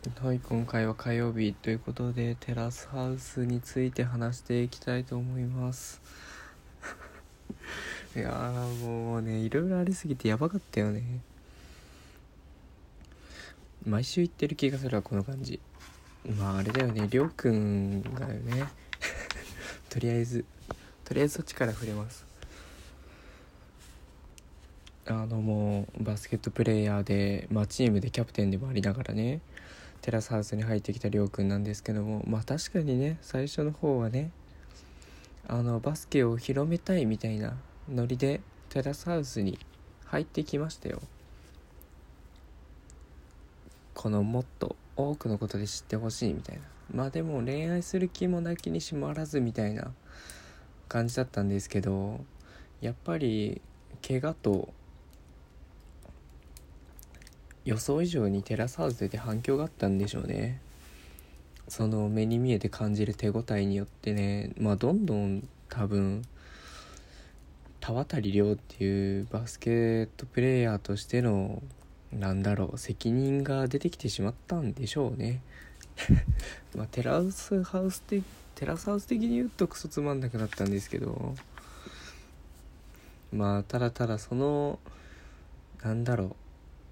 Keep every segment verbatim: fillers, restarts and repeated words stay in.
はい、今回は火曜日ということでテラスハウスについて話していきたいと思いますいやーもうね、いろいろありすぎてやばかったよね。毎週言ってる気がするわ、この感じ。まああれだよね、りょうくんがよねとりあえずとりあえずそっちから触れます。あのもうバスケットプレーヤーで、まあ、チームでキャプテンでもありながらね、テラスハウスに入ってきたりょうくんなんですけども、まあ確かにね、最初の方はね、あのバスケを広めたいみたいなノリでテラスハウスに入ってきましたよ。このもっと多くのことで知ってほしいみたいな、まあでも恋愛する気もなきにしもあらずみたいな感じだったんですけど、やっぱり怪我と予想以上にテラスハウスで反響があったんでしょうね。その目に見えて感じる手応えによってね、まあどんどん多分田渡亮っていうバスケットプレーヤーとしてのなんだろう責任が出てきてしまったんでしょうねまあテラスハウス的テラスハウス的に言うとクソつまんなくなったんですけど、まあただただそのなんだろう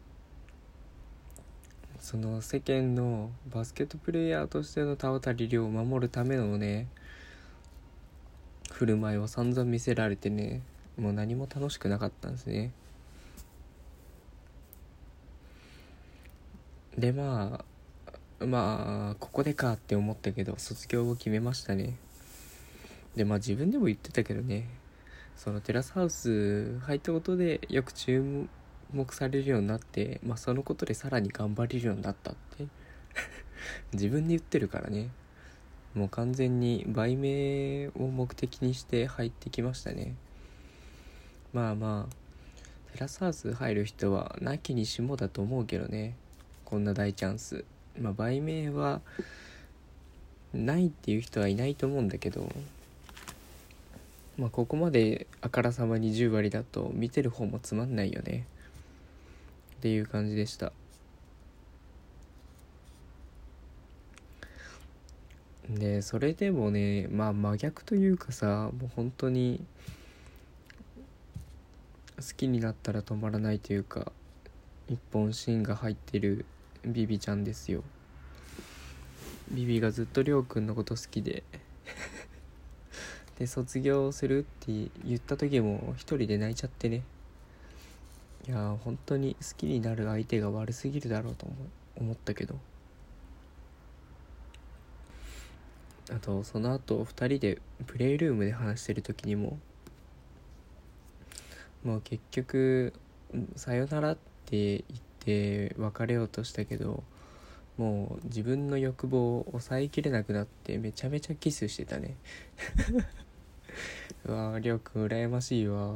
その世間のバスケットプレーヤーとしての田渡亮を守るためのね振る舞いを散々見せられてね、もう何も楽しくなかったんですね。でまあまあここでかって思ったけど卒業を決めましたね。でまあ自分でも言ってたけどね、そのテラスハウス入ったことでよく注目されるようになって、まあそのことでさらに頑張れるようになったって自分で言ってるからね。もう完全に売名を目的にして入ってきましたね。まあまあテラスハウス入る人はなきにしもだと思うけどね、こんな大チャンス。まあ売名はないっていう人はいないと思うんだけど、まあここまであからさまにじゅう割だと見てる方もつまんないよねっていう感じでした。でそれでもね、まあ真逆というかさ、もう本当に好きになったら止まらないというか、一本芯が入ってるビビちゃんですよ。ビビがずっとりょうくんのこと好きでで卒業するって言った時も一人で泣いちゃってね。いや本当に好きになる相手が悪すぎるだろうと思思ったけど、あとその後ふたりでプレイルームで話してる時にも、もう結局さよならって言って別れようとしたけど、もう自分の欲望を抑えきれなくなってめちゃめちゃキスしてたねうわーりょうくん羨ましいわ。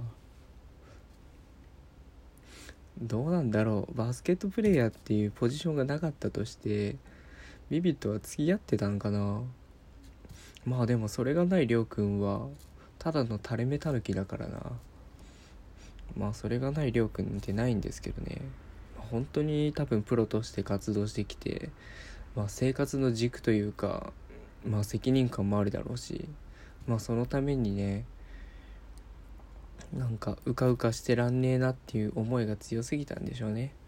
どうなんだろう、バスケットプレイヤーっていうポジションがなかったとしてビビとは付き合ってたんかな。まあでもそれがないりょうくんはただの垂れ目たぬきだからな。まあそれがないりょうくんってないんですけどね、本当に多分プロとして活動してきて、まあ生活の軸というか、まあ責任感もあるだろうし、まあそのためにね、なんかうかうかしてらんねえなっていう思いが強すぎたんでしょうね。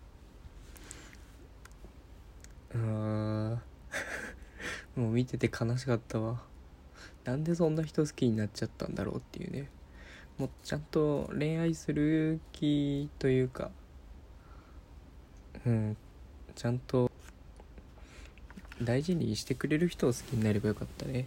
あーもう見てて悲しかったわ。なんでそんな人好きになっちゃったんだろうっていうね。もうちゃんと恋愛する気というか、うんちゃんと大事にしてくれる人を好きになればよかったね。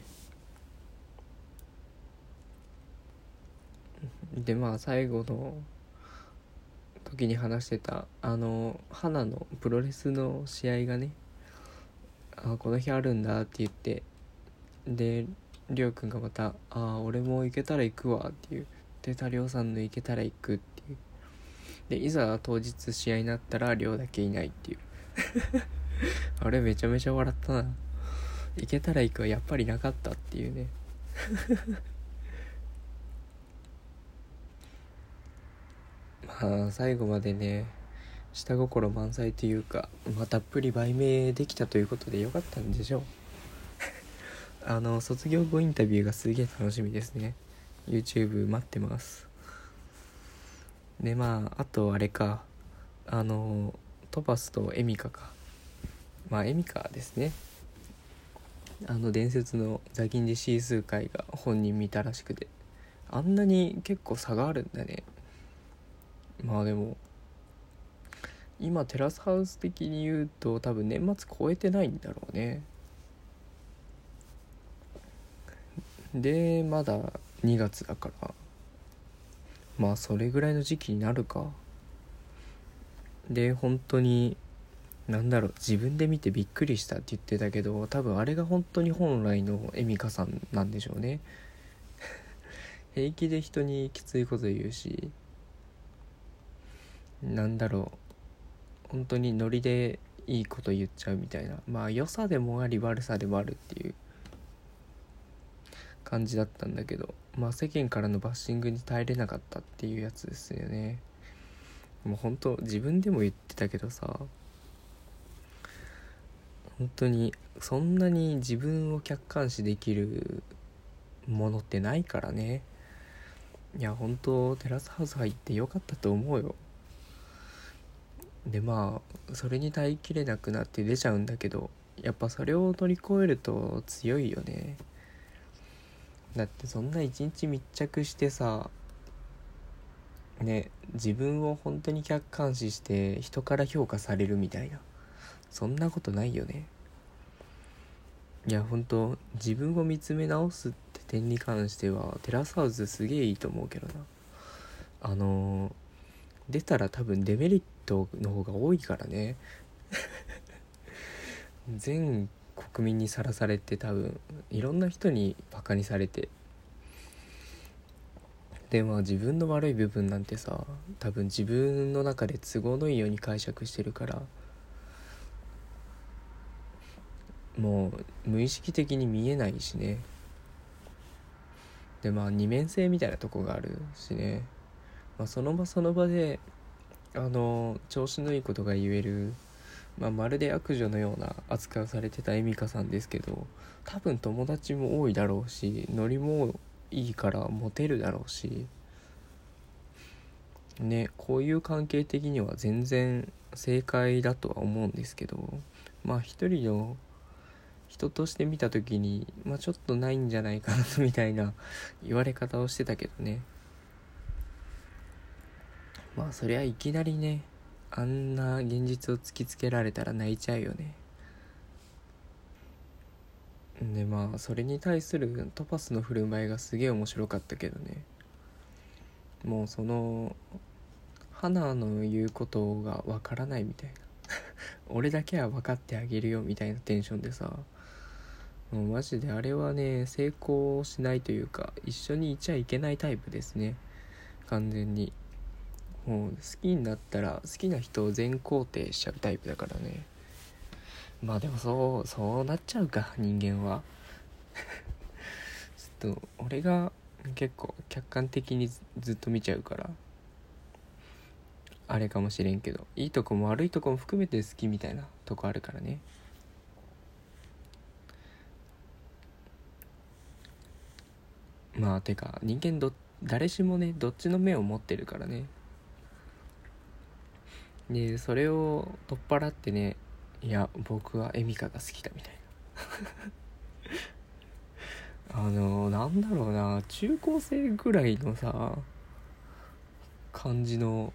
でまあ最後の時に話してたあの花のプロレスの試合がね、あこの日あるんだって言って、でりょうくんがまたあ俺も行けたら行くわって言ってたりょうさんの行けたら行くっていう、でいざ当日試合になったらりょうだけいないっていうあれめちゃめちゃ笑ったな。行けたら行くはやっぱりなかったっていうねまあ最後までね下心満載というか、まあ、たっぷり売名できたということでよかったんでしょう。あの卒業後インタビューがすげえ楽しみですね。 YouTube 待ってます。でまああとあれか、あのトパスとエミカか、まあエミカですね。あの伝説のザギンジシースー会が本人見たらしくて、あんなに結構差があるんだね。まあでも今テラスハウス的に言うと多分年末超えてないんだろうね。でまだにがつだから、まあそれぐらいの時期になるか。で本当になんだろう、自分で見てびっくりしたって言ってたけど、多分あれが本当に本来のエミカさんなんでしょうね。平気で人にきついこと言うし、なんだろう、本当にノリでいいこと言っちゃうみたいな、まあ良さでもあり悪さでもあるっていう感じだったんだけど、まあ世間からのバッシングに耐えれなかったっていうやつですよね。もう本当自分でも言ってたけどさ、本当にそんなに自分を客観視できるものってないからね。いや本当テラスハウス入ってよかったと思うよ。でまあそれに耐えきれなくなって出ちゃうんだけど、やっぱそれを乗り越えると強いよね。だってそんな一日密着してさね、自分を本当に客観視して人から評価されるみたいな、そんなことないよね。いや本当自分を見つめ直すって点に関してはテラスハウスすげえいいと思うけどな。あのー、出たら多分デメリットの方が多いからね。全国民にさらされて、多分いろんな人にバカにされて、でまあ自分の悪い部分なんてさ、多分自分の中で都合のいいように解釈してるから、もう無意識的に見えないしね。でまあ二面性みたいなとこがあるしね、まあ、その場その場であの調子のいいことが言える、まあ、まるで悪女のような扱いをされてたエミカさんですけど、多分友達も多いだろうし、ノリもいいからモテるだろうしね、こういう関係的には全然正解だとは思うんですけど、まあ一人の人として見た時に、まあ、ちょっとないんじゃないかなみたいな言われ方をしてたけどね。まあそりゃいきなりね、あんな現実を突きつけられたら泣いちゃうよね。でまあそれに対するトパスの振る舞いがすげえ面白かったけどね。もうその花の言うことがわからないみたいな俺だけは分かってあげるよみたいなテンションでさ、もうマジであれはね、成功しないというか一緒にいちゃいけないタイプですね、完全に。もう好きになったら好きな人を全肯定しちゃうタイプだからね。まあでもそうそうなっちゃうか、人間は。ちょっと俺が結構客観的にずっと見ちゃうからあれかもしれんけど、いいとこも悪いとこも含めて好きみたいなとこあるからね。まあてか人間ど誰しもねどっちの目を持ってるからね。でそれを取っ払ってね、いや僕はエミカが好きだみたいなあのなんだろうな、中高生ぐらいのさ感じの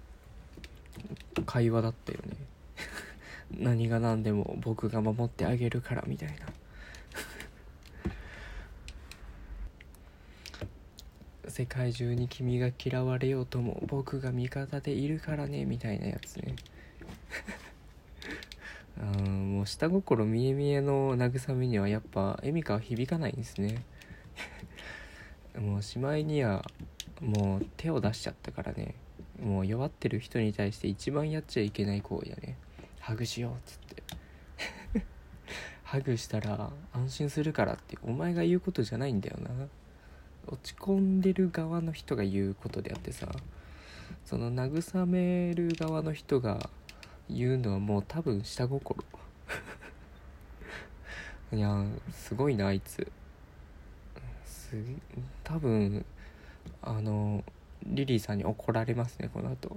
会話だったよね。何が何でも僕が守ってあげるからみたいな。世界中に君が嫌われようとも僕が味方でいるからねみたいなやつね。うんもう下心見え見えの慰めにはやっぱエミカは響かないんですね。もうしまいにはもう手を出しちゃったからね。もう弱ってる人に対して一番やっちゃいけない行為だね。ハグしようっつってハグしたら安心するからってお前が言うことじゃないんだよな。落ち込んでる側の人が言うことであってさ、 その慰める側の人が言うのはもう多分下心いやすごいなあいつす多分あのリリーさんに怒られますねこの後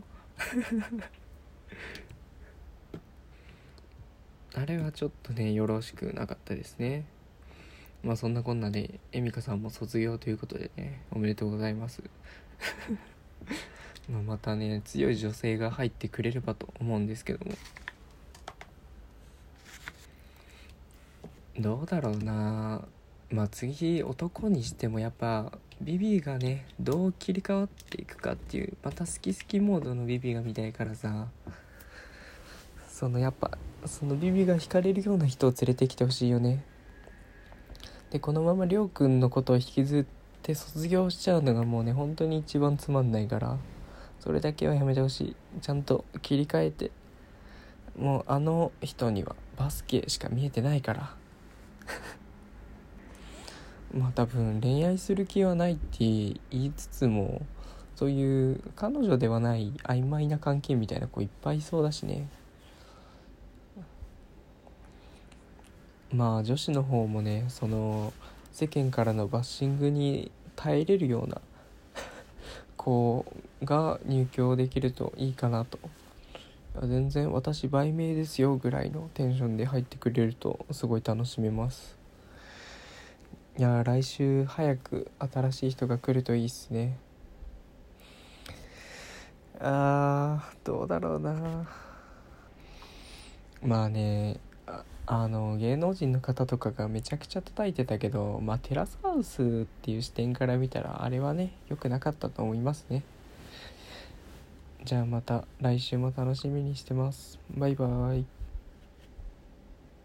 あれはちょっとねよろしくなかったですね。まあそんなこんなでエミカさんも卒業ということでねおめでとうございますまあまたね強い女性が入ってくれればと思うんですけども、どうだろうな。まあ次男にしてもやっぱビビがねどう切り替わっていくかっていう、また好き好きモードのビビが見たいからさ、そのやっぱそのビビが惹かれるような人を連れてきてほしいよね。でこのままりょうくんのことを引きずって卒業しちゃうのがもうね本当に一番つまんないから、それだけはやめてほしい。ちゃんと切り替えて、もうあの人にはバスケしか見えてないからまあ多分恋愛する気はないって言いつつも、そういう彼女ではない曖昧な関係みたいな子いっぱいいそうだしね。まあ女子の方もねその世間からのバッシングに耐えれるような子が入居できるといいかなと。全然私売名ですよぐらいのテンションで入ってくれるとすごい楽しめます。いや来週早く新しい人が来るといいっすね。あーどうだろうな。まあねあ、あの芸能人の方とかがめちゃくちゃ叩いてたけど、まあテラスハウスっていう視点から見たらあれはね良くなかったと思いますね。じゃあまた来週も楽しみにしてます。バイバーイ。